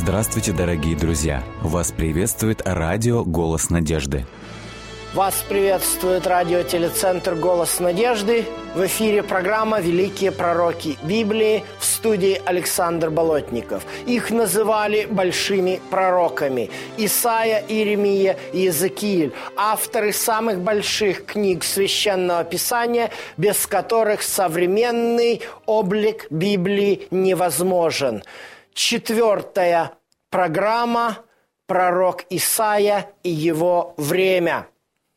Здравствуйте, дорогие друзья! Вас приветствует радио «Голос надежды». Вас приветствует радиотелецентр «Голос надежды». В эфире программа «Великие пророки Библии», в студии Александр Болотников. Их называли большими пророками. Исаия, Иеремия и Иезекииль – авторы самых больших книг Священного Писания, без которых современный облик Библии невозможен. 4-я программа «Пророк Исаия и его время».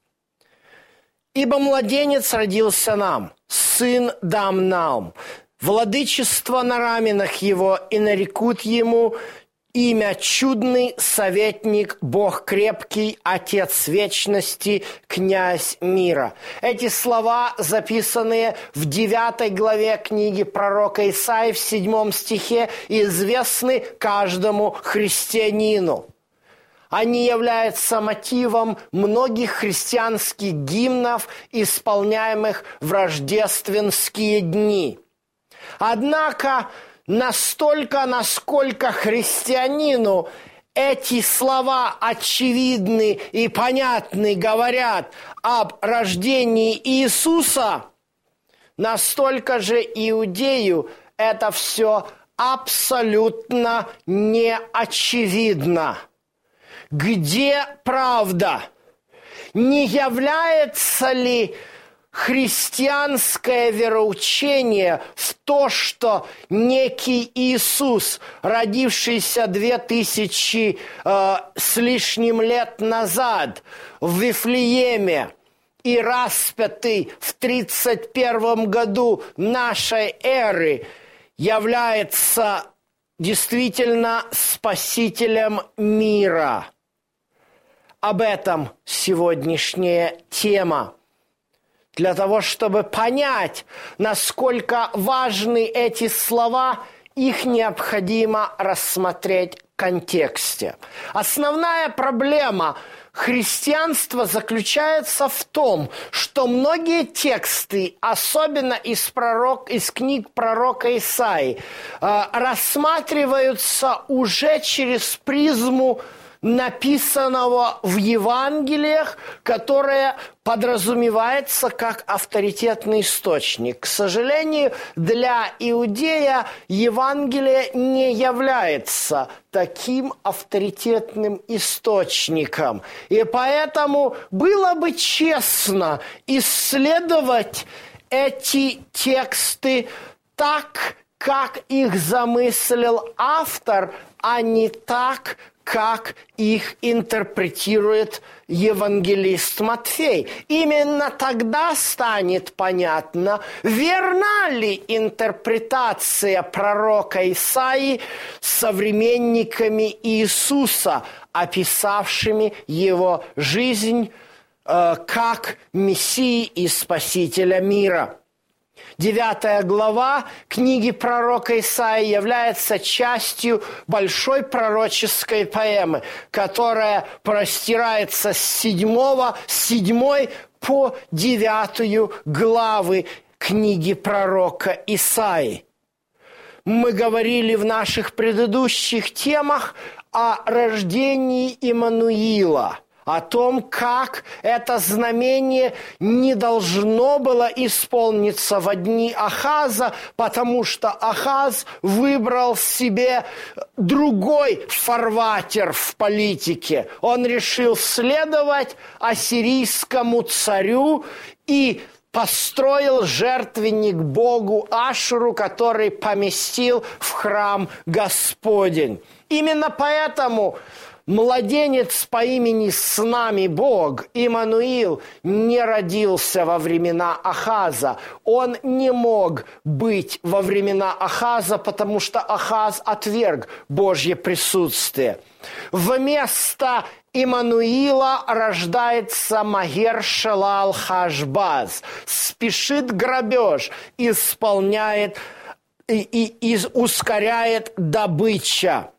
«Ибо младенец родился нам, сын дам нам, владычество на раменах его, и нарекут ему имя чудный, советник, Бог крепкий, Отец вечности, князь мира». Эти слова, записанные в 9 главе книги пророка Исаии в 7 стихе, известны каждому христианину. Они являются мотивом многих христианских гимнов, исполняемых в рождественские дни. Однако, настолько, насколько христианину эти слова очевидны и понятны, говорят об рождении Иисуса, настолько же иудею это все абсолютно не очевидно. Где правда? Не является ли христианское вероучение в то, что некий Иисус, родившийся 2000 с лишним лет назад в Вифлееме и распятый в 31 году нашей эры, является действительно спасителем мира? Об этом сегодняшняя тема. Для того, чтобы понять, насколько важны эти слова, их необходимо рассмотреть в контексте. Основная проблема христианства заключается в том, что многие тексты, особенно из книг пророка Исаии, рассматриваются уже через призму написанного в Евангелиях, которое подразумевается как авторитетный источник. К сожалению, для иудея Евангелие не является таким авторитетным источником. И поэтому было бы честно исследовать эти тексты так, как их замыслил автор, а не так, как их интерпретирует евангелист Матфей. Именно тогда станет понятно, верна ли интерпретация пророка Исаии современниками Иисуса, описавшими его жизнь как Мессии и Спасителя мира. 9 глава книги пророка Исаии является частью большой пророческой поэмы, которая простирается с 7 по 9 главы книги пророка Исаии. Мы говорили в наших предыдущих темах о рождении Иммануила, о том, как это знамение не должно было исполниться во дни Ахаза, потому что Ахаз выбрал себе другой фарватер в политике. Он решил следовать ассирийскому царю и построил жертвенник богу Ашуру, который поместил в храм Господень. Именно поэтому младенец по имени «С нами Бог», Иммануил, не родился во времена Ахаза. Он не мог быть во времена Ахаза, потому что Ахаз отверг Божье присутствие. Вместо Иммануила рождается Магер-Шалал-Хашбаз. Спешит грабеж, исполняет и ускоряет добыча.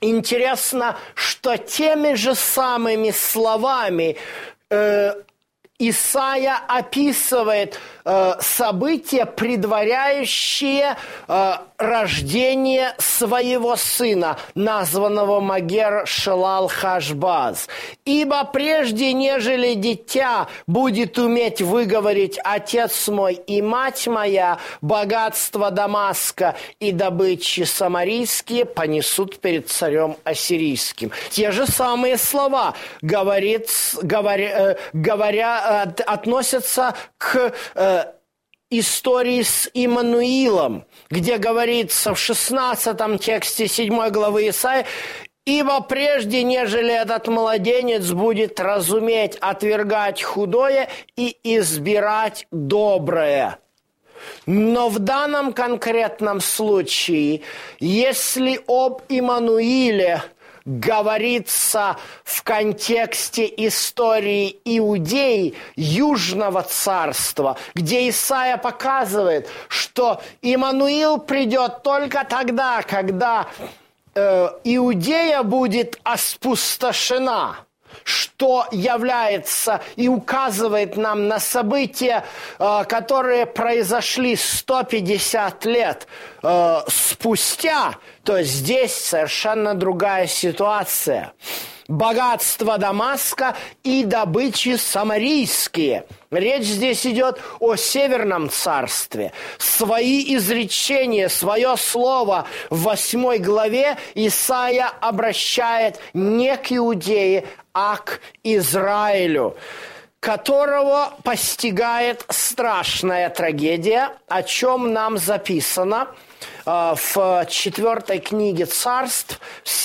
Интересно, что теми же самыми словами Исаия описывает события, предваряющие рождение своего сына, названного Магер-Шалал-Хашбаз. «Ибо прежде, нежели дитя будет уметь выговорить отец мой и мать моя, богатство Дамаска и добычи самарийские понесут перед царем ассирийским». Те же самые слова относятся к истории с Иммануилом, где говорится в 16 тексте 7 главы Исаии: «Ибо прежде, нежели этот младенец будет разуметь отвергать худое и избирать доброе». Но в данном конкретном случае, если об Иммануиле говорится в контексте истории Иудеи, Южного царства, где Исаия показывает, что Иммануил придет только тогда, когда Иудея будет опустошена, что является и указывает нам на события, которые произошли 150 лет спустя, то здесь совершенно другая ситуация. Богатство Дамаска и добычи самарийские. Речь здесь идет о Северном царстве. Свои изречения, свое слово в 8 главе Исаия обращает не к Иудее, а к Израилю, которого постигает страшная трагедия, о чем нам записано в 4 книге Царств,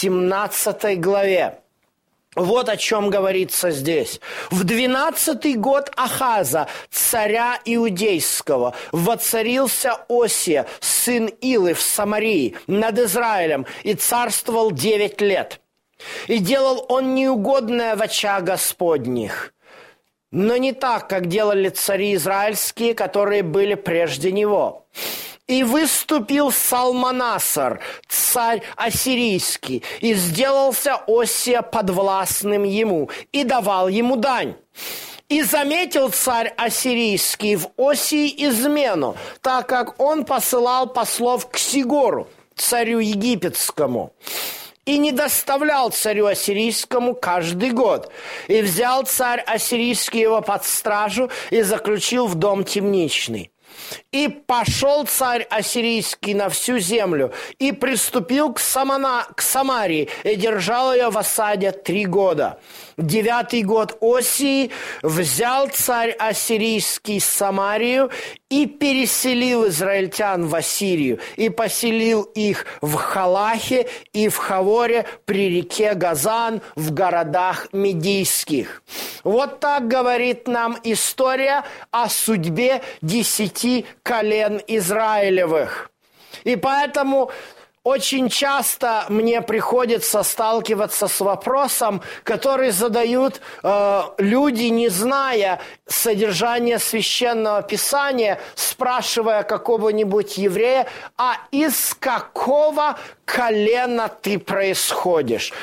17 главе. Вот о чем говорится здесь. В 12-й год Ахаза, царя Иудейского, воцарился Осия, сын Илы, в Самарии, над Израилем, и царствовал 9 лет. И делал он неугодное в очах Господних, но не так, как делали цари израильские, которые были прежде него. И выступил Салманасар, царь ассирийский, и сделался Осия подвластным ему, и давал ему дань. И заметил царь ассирийский в Осии измену, так как он посылал послов к Сигору, царю египетскому, и не доставлял царю ассирийскому каждый год. И взял царь ассирийский его под стражу и заключил в дом темничный. И пошел царь ассирийский на всю землю, и приступил к Самарии, и держал ее в осаде 3 года. 9-й год Осии взял царь ассирийский Самарию и переселил израильтян в Ассирию, и поселил их в Халахе и в Хаворе при реке Газан, в городах медийских. Вот так говорит нам история о судьбе 10 колен Израилевых. И поэтому очень часто мне приходится сталкиваться с вопросом, который задают люди, не зная содержания Священного Писания, спрашивая какого-нибудь еврея: а из какого колена ты происходишь?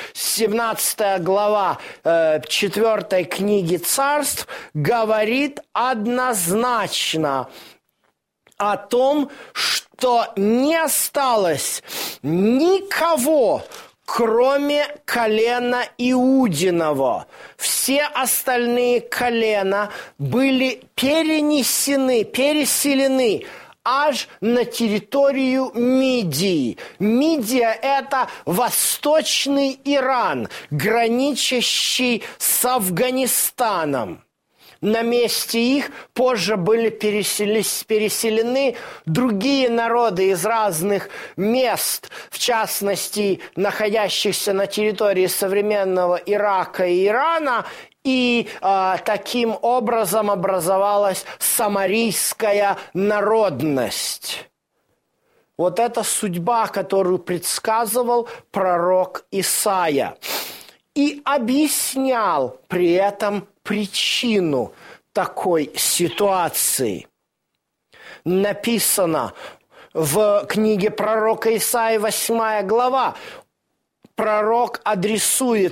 17 глава 4 книги Царств говорит однозначно о том, что не осталось никого, кроме колена Иудиного. Все остальные колена были переселены аж на территорию Мидии. Мидия – это восточный Иран, граничащий с Афганистаном. На месте их позже были переселены другие народы из разных мест, в частности, находящихся на территории современного Ирака и Ирана, и таким образом образовалась самарийская народность. Вот это судьба, которую предсказывал пророк Исаия. И объяснял при этом причину такой ситуации. Написано в книге пророка Исаии, 8 глава. Пророк адресует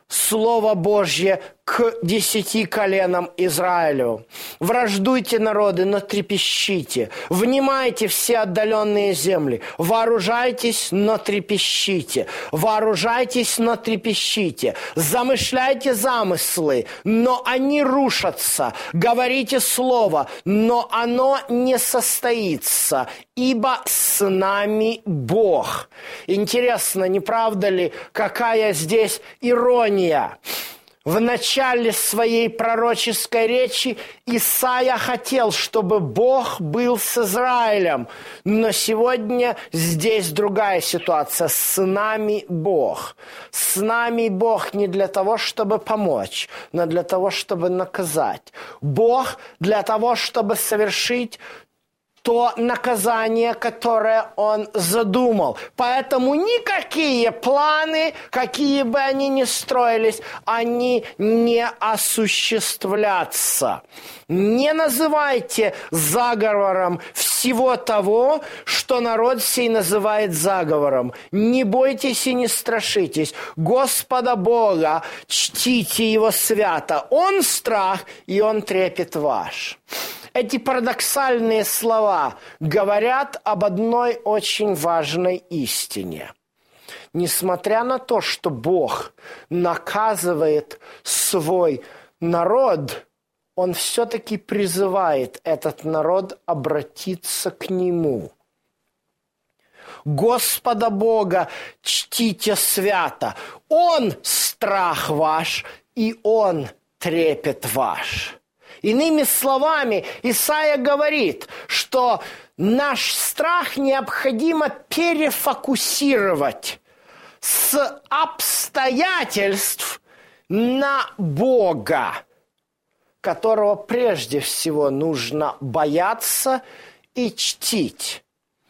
Слово Божье к 10 коленам Израилю. Враждуйте, народы, но трепещите. Внимайте, все отдаленные земли. Вооружайтесь, но трепещите. Вооружайтесь, но трепещите. Замышляйте замыслы, но они рушатся. Говорите слово, но оно не состоится. Ибо с нами Бог. Интересно, не правда ли, какая здесь ирония? В начале своей пророческой речи Исаия хотел, чтобы Бог был с Израилем. Но сегодня здесь другая ситуация. С нами Бог. С нами Бог не для того, чтобы помочь, но для того, чтобы наказать. Бог для того, чтобы совершить то наказание, которое Он задумал. Поэтому никакие планы, какие бы они ни строились, они не осуществлятся. Не называйте заговором всего того, что народ сей называет заговором. Не бойтесь и не страшитесь. Господа Бога чтите Его свято. Он страх, и Он трепет ваш. Эти парадоксальные слова говорят об одной очень важной истине. Несмотря на то, что Бог наказывает свой народ, Он все-таки призывает этот народ обратиться к Нему. Господа Бога чтите свято. Он страх ваш, и Он трепет ваш. Иными словами, Исаия говорит, что наш страх необходимо перефокусировать с обстоятельств на Бога, которого прежде всего нужно бояться и чтить.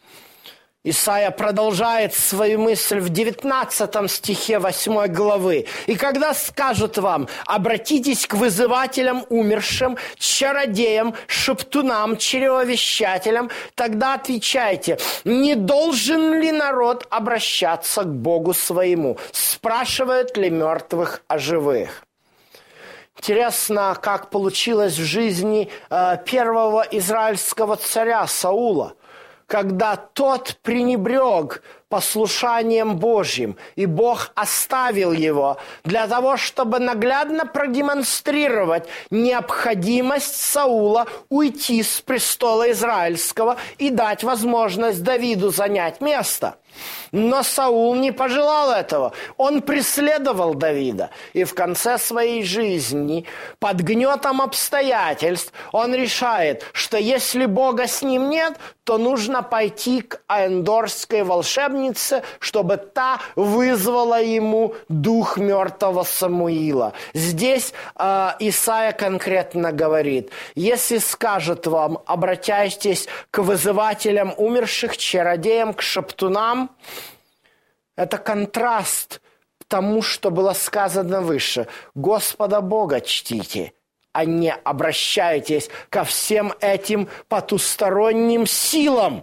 Исаия продолжает свою мысль в 19 стихе 8 главы. «И когда скажут вам, обратитесь к вызывателям умершим, чародеям, шептунам, чревовещателям, тогда отвечайте, не должен ли народ обращаться к Богу своему? Спрашивают ли мертвых о живых?» Интересно, как получилось в жизни первого израильского царя Саула, когда тот пренебрег послушанием Божьим, и Бог оставил его для того, чтобы наглядно продемонстрировать необходимость Саула уйти с престола израильского и дать возможность Давиду занять место. Но Саул не пожелал этого. Он преследовал Давида. И в конце своей жизни, под гнетом обстоятельств, он решает, что если Бога с ним нет, то нужно пойти к эндорской волшебнице, чтобы та вызвала ему дух мертвого Самуила. Здесь Исаия конкретно говорит, если скажет вам, обратяйтесь к вызывателям умерших, чародеям, к шептунам, это контраст к тому, что было сказано выше. Господа Бога чтите, а не обращайтесь ко всем этим потусторонним силам.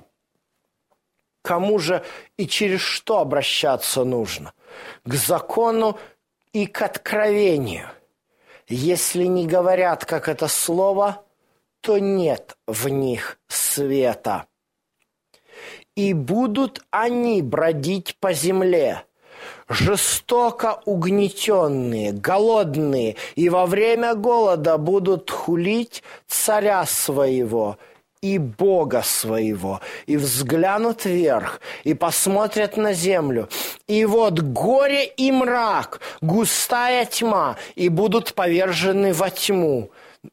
Кому же и через что обращаться нужно? К закону и к откровению. Если не говорят, как это слово, то нет в них света. И будут они бродить по земле, жестоко угнетенные, голодные, и во время голода будут хулить царя своего и Бога своего, и взглянут вверх, и посмотрят на землю. И вот горе и мрак, густая тьма, и будут повержены во тьму.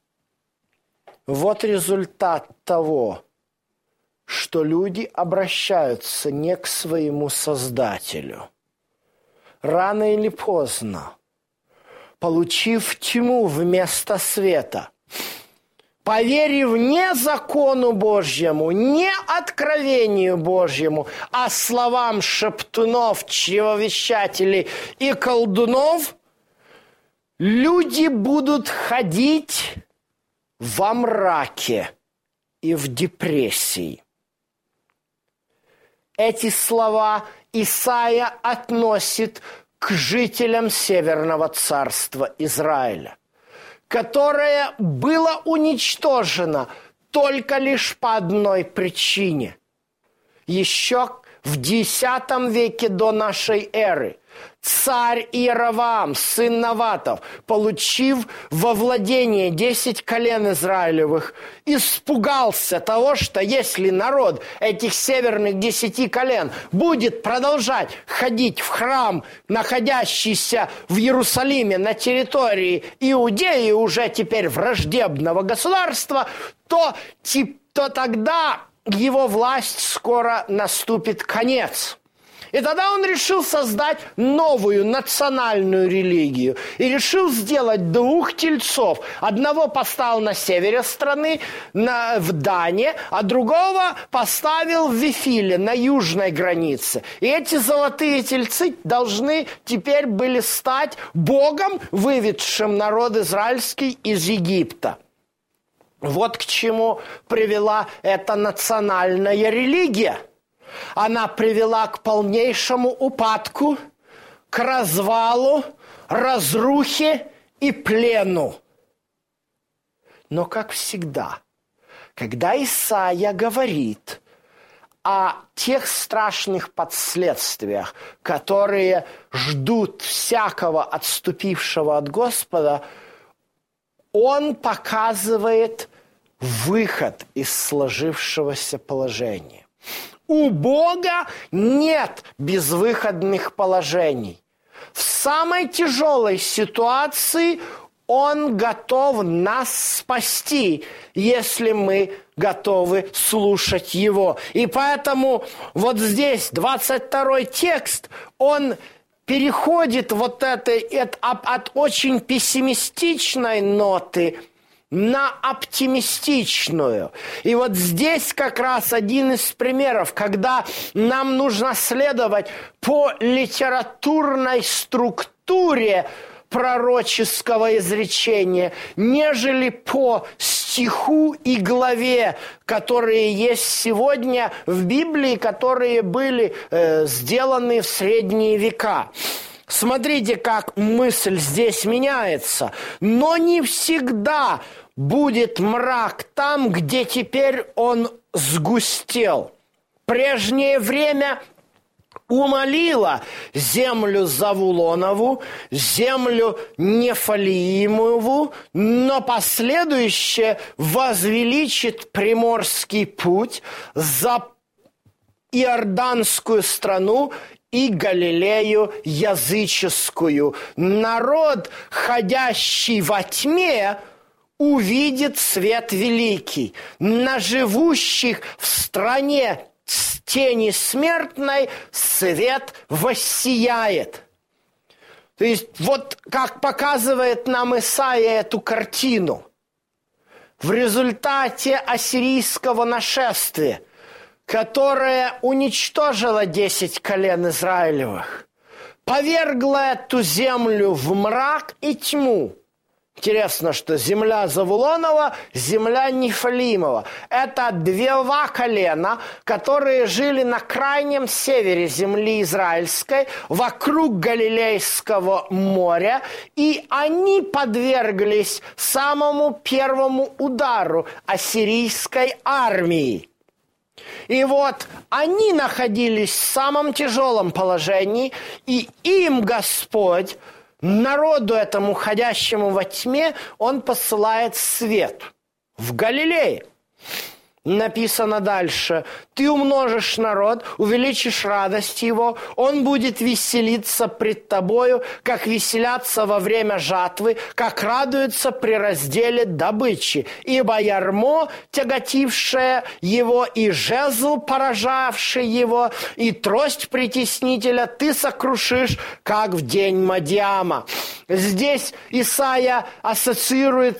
Вот результат того, что люди обращаются не к своему Создателю. Рано или поздно, получив тьму вместо света, поверив не закону Божьему, не откровению Божьему, а словам шептунов, чревовещателей и колдунов, люди будут ходить во мраке и в депрессии. Эти слова Исаия относит к жителям Северного царства Израиля, которое было уничтожено только лишь по одной причине. Еще в X веке до нашей эры царь Иеровоам, сын Наватов, получив во владение 10 колен Израилевых, испугался того, что если народ этих северных 10 колен будет продолжать ходить в храм, находящийся в Иерусалиме на территории Иудеи, уже теперь враждебного государства, то тогда его власть скоро наступит конец. И тогда он решил создать новую национальную религию. И решил сделать 2 тельцов. Одного поставил на севере страны, в Дане, а другого поставил в Вифиле, на южной границе. И эти золотые тельцы должны теперь были стать Богом, выведшим народ израильский из Египта. Вот к чему привела эта национальная религия. Она привела к полнейшему упадку, к развалу, разрухе и плену. Но, как всегда, когда Исаия говорит о тех страшных последствиях, которые ждут всякого отступившего от Господа, он показывает выход из сложившегося положения. У Бога нет безвыходных положений. В самой тяжелой ситуации Он готов нас спасти, если мы готовы слушать Его. И поэтому вот здесь 22 текст, он переходит от очень пессимистичной ноты на оптимистичную. И вот здесь как раз один из примеров, когда нам нужно следовать по литературной структуре пророческого изречения, нежели по стиху и главе, которые есть сегодня в Библии, которые были сделаны в средние века. Смотрите, как мысль здесь меняется. Но не всегда будет мрак там, где теперь он сгустел. Прежнее время умолила землю Завулонову, землю Нефалиимову, но последующее возвеличит Приморский путь за Иорданскую страну и Галилею языческую. Народ, ходящий во тьме, увидит свет великий. На живущих в стране тени смертной свет воссияет. То есть вот как показывает нам Исаия эту картину. В результате ассирийского нашествия, которое уничтожило 10 колен Израилевых, повергло эту землю в мрак и тьму. Интересно, что земля Завулонова, земля Нефалимова. Это 2 колена, которые жили на крайнем севере земли израильской, вокруг Галилейского моря, и они подверглись самому первому удару ассирийской армии. И вот они находились в самом тяжелом положении, и им Господь, народу этому, ходящему во тьме, Он посылает свет в Галилее. Написано дальше: «Ты умножишь народ, увеличишь радость его, он будет веселиться пред тобою, как веселятся во время жатвы, как радуются при разделе добычи. Ибо ярмо, тяготившее его, и жезл, поражавший его, и трость притеснителя ты сокрушишь, как в день Мадиама». Здесь Исаия ассоциирует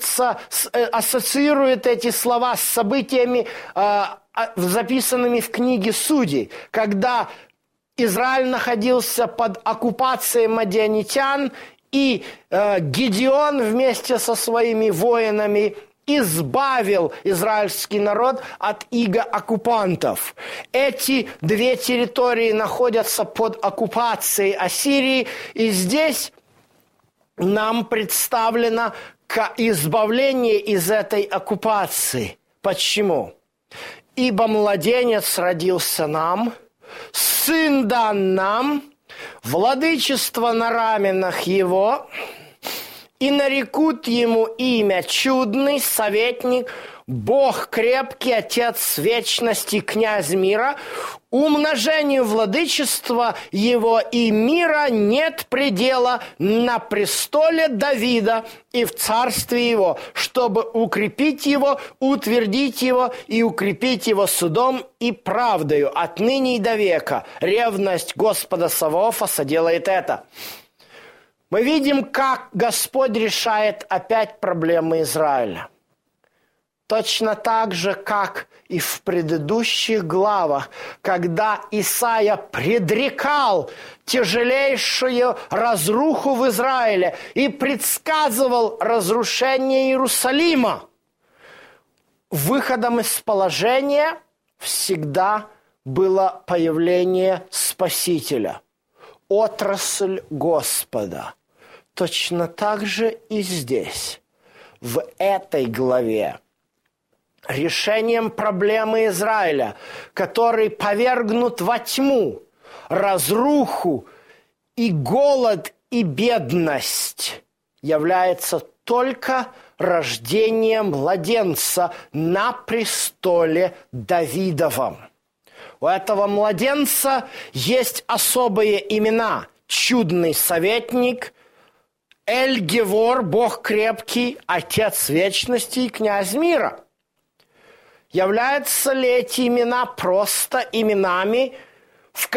эти слова с событиями, записанными в книге Судей, когда Израиль находился под оккупацией мадианитян, и Гедеон вместе со своими воинами избавил израильский народ от иго оккупантов. Эти две территории находятся под оккупацией Ассирии, и здесь нам представлено избавление из этой оккупации. Почему? «Ибо младенец родился нам, сын дан нам, владычество на раменах его, и нарекут ему имя чудный, советник, Бог крепкий, Отец вечности, князь мира. Умножению владычества его и мира нет предела на престоле Давида и в царстве его, чтобы укрепить его, утвердить его и укрепить его судом и правдою отныне и до века. Ревность Господа Саваофа соделает это». Мы видим, как Господь решает опять проблемы Израиля. Точно так же, как и в предыдущих главах, когда Исаия предрекал тяжелейшую разруху в Израиле и предсказывал разрушение Иерусалима. Выходом из положения всегда было появление Спасителя, отрасль Господа. Точно так же и здесь, в этой главе. Решением проблемы Израиля, который повергнут во тьму, разруху и голод и бедность, является только рождение младенца на престоле Давидовом. У этого младенца есть особые имена: чудный советник, Эль-Гевор, Бог крепкий, Отец вечности и князь мира. Являются ли эти имена просто именами, в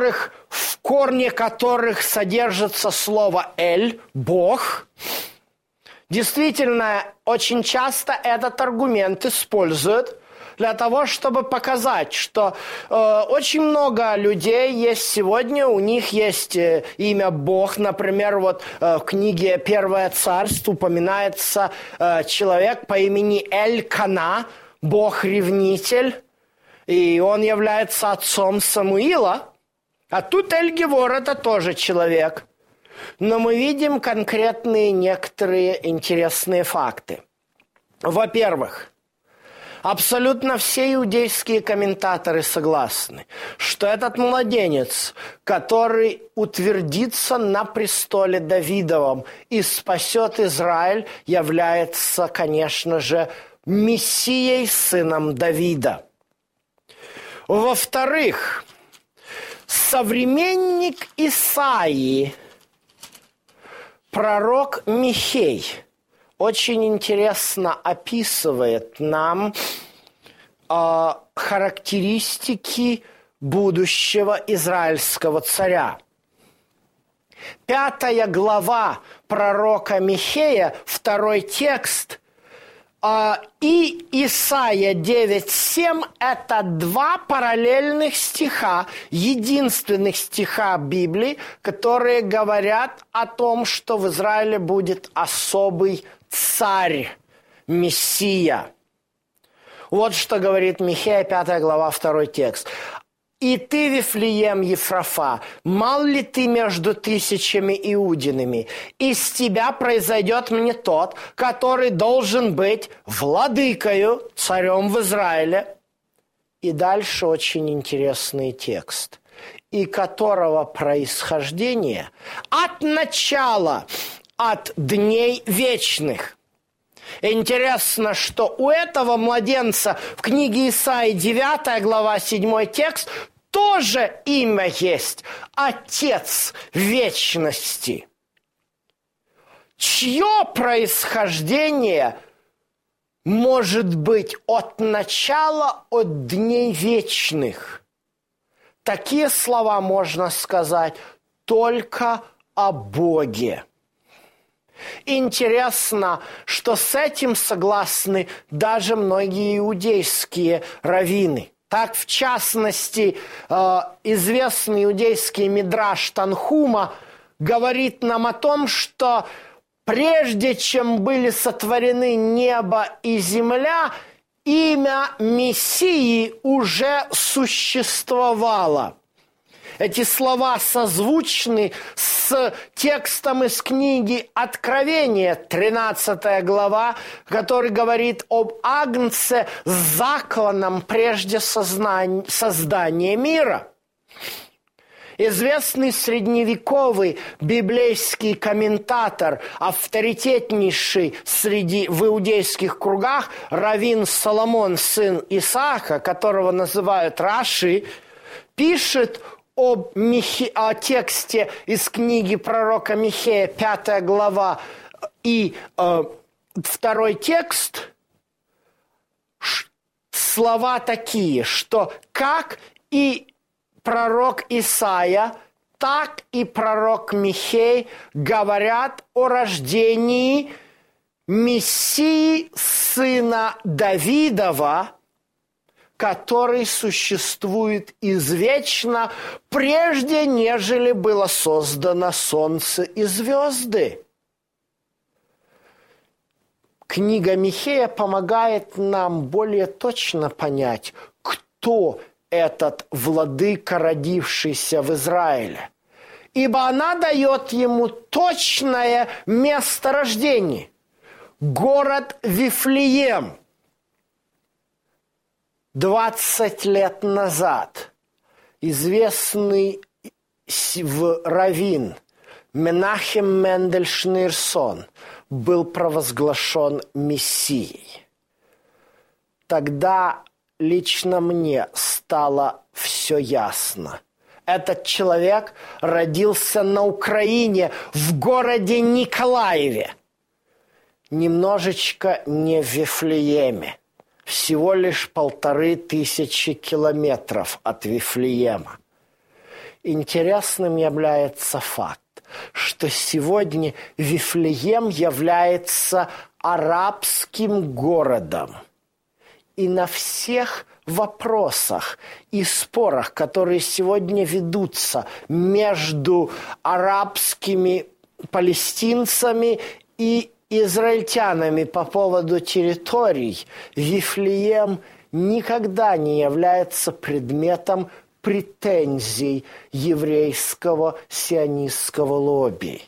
корне которых содержится слово «эль» – «бог»? Действительно, очень часто этот аргумент используют для того, чтобы показать, что очень много людей есть сегодня, у них есть имя Бог. Например, вот в книге «Первое царство» упоминается человек по имени Эль-Кана, Бог-ревнитель, и он является отцом Самуила. А тут Эль-Гевор – это тоже человек. Но мы видим конкретные некоторые интересные факты. Во-первых, абсолютно все иудейские комментаторы согласны, что этот младенец, который утвердится на престоле Давидовом и спасет Израиль, является, конечно же, Мессией, сыном Давида. Во-вторых, современник Исаии, пророк Михей, очень интересно описывает нам характеристики будущего израильского царя. 5 глава пророка Михея, 2 текст, и Исайя 9:7 – это два параллельных стиха, единственных стиха Библии, которые говорят о том, что в Израиле будет особый царь, Мессия. Вот что говорит Михея, 5 глава, 2 текст. «И ты, Вифлеем Ефрафа, мал ли ты между тысячами иудинами? Из тебя произойдет мне тот, который должен быть владыкою, царем в Израиле». И дальше очень интересный текст. «И которого происхождение от начала, от дней вечных». Интересно, что у этого младенца в книге Исаии 9 глава 7 текст тоже имя есть – Отец вечности. Чье происхождение может быть от начала, от дней вечных? Такие слова можно сказать только о Боге. Интересно, что с этим согласны даже многие иудейские раввины. Так, в частности, известный иудейский мидраш Танхума говорит нам о том, что прежде чем были сотворены небо и земля, имя Мессии уже существовало. Эти слова созвучны с текстом из книги Откровения, 13 глава, который говорит об Агнце, закланном прежде создания мира. Известный средневековый библейский комментатор, авторитетнейший в иудейских кругах, раввин Соломон, сын Исаака, которого называют Раши, пишет о тексте из книги пророка Михея, 5 глава, и второй текст, слова такие, что как и пророк Исаия, так и пророк Михей говорят о рождении Мессии, сына Давидова, который существует извечно, прежде нежели было создано солнце и звезды. Книга Михея помогает нам более точно понять, кто этот владыка, родившийся в Израиле. Ибо она дает ему точное место рождения. Город Вифлеем. 20 лет назад известный раввин Менахем Мендель Шнейрсон был провозглашен Мессией. Тогда лично мне стало все ясно. Этот человек родился на Украине, в городе Николаеве. Немножечко не в Вифлееме. Всего лишь 1500 километров от Вифлеема. Интересным является факт, что сегодня Вифлеем является арабским городом. И на всех вопросах и спорах, которые сегодня ведутся между арабскими палестинцами и израильтянами по поводу территорий, Вифлеем никогда не является предметом претензий еврейского сионистского лобби.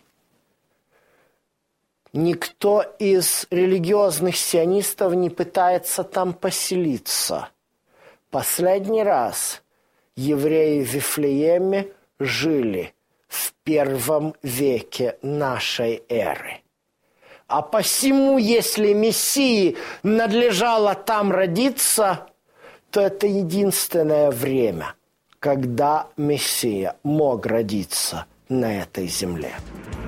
Никто из религиозных сионистов не пытается там поселиться. Последний раз евреи в Вифлееме жили в 1 веке нашей эры. А посему, если Мессии надлежало там родиться, то это единственное время, когда Мессия мог родиться на этой земле.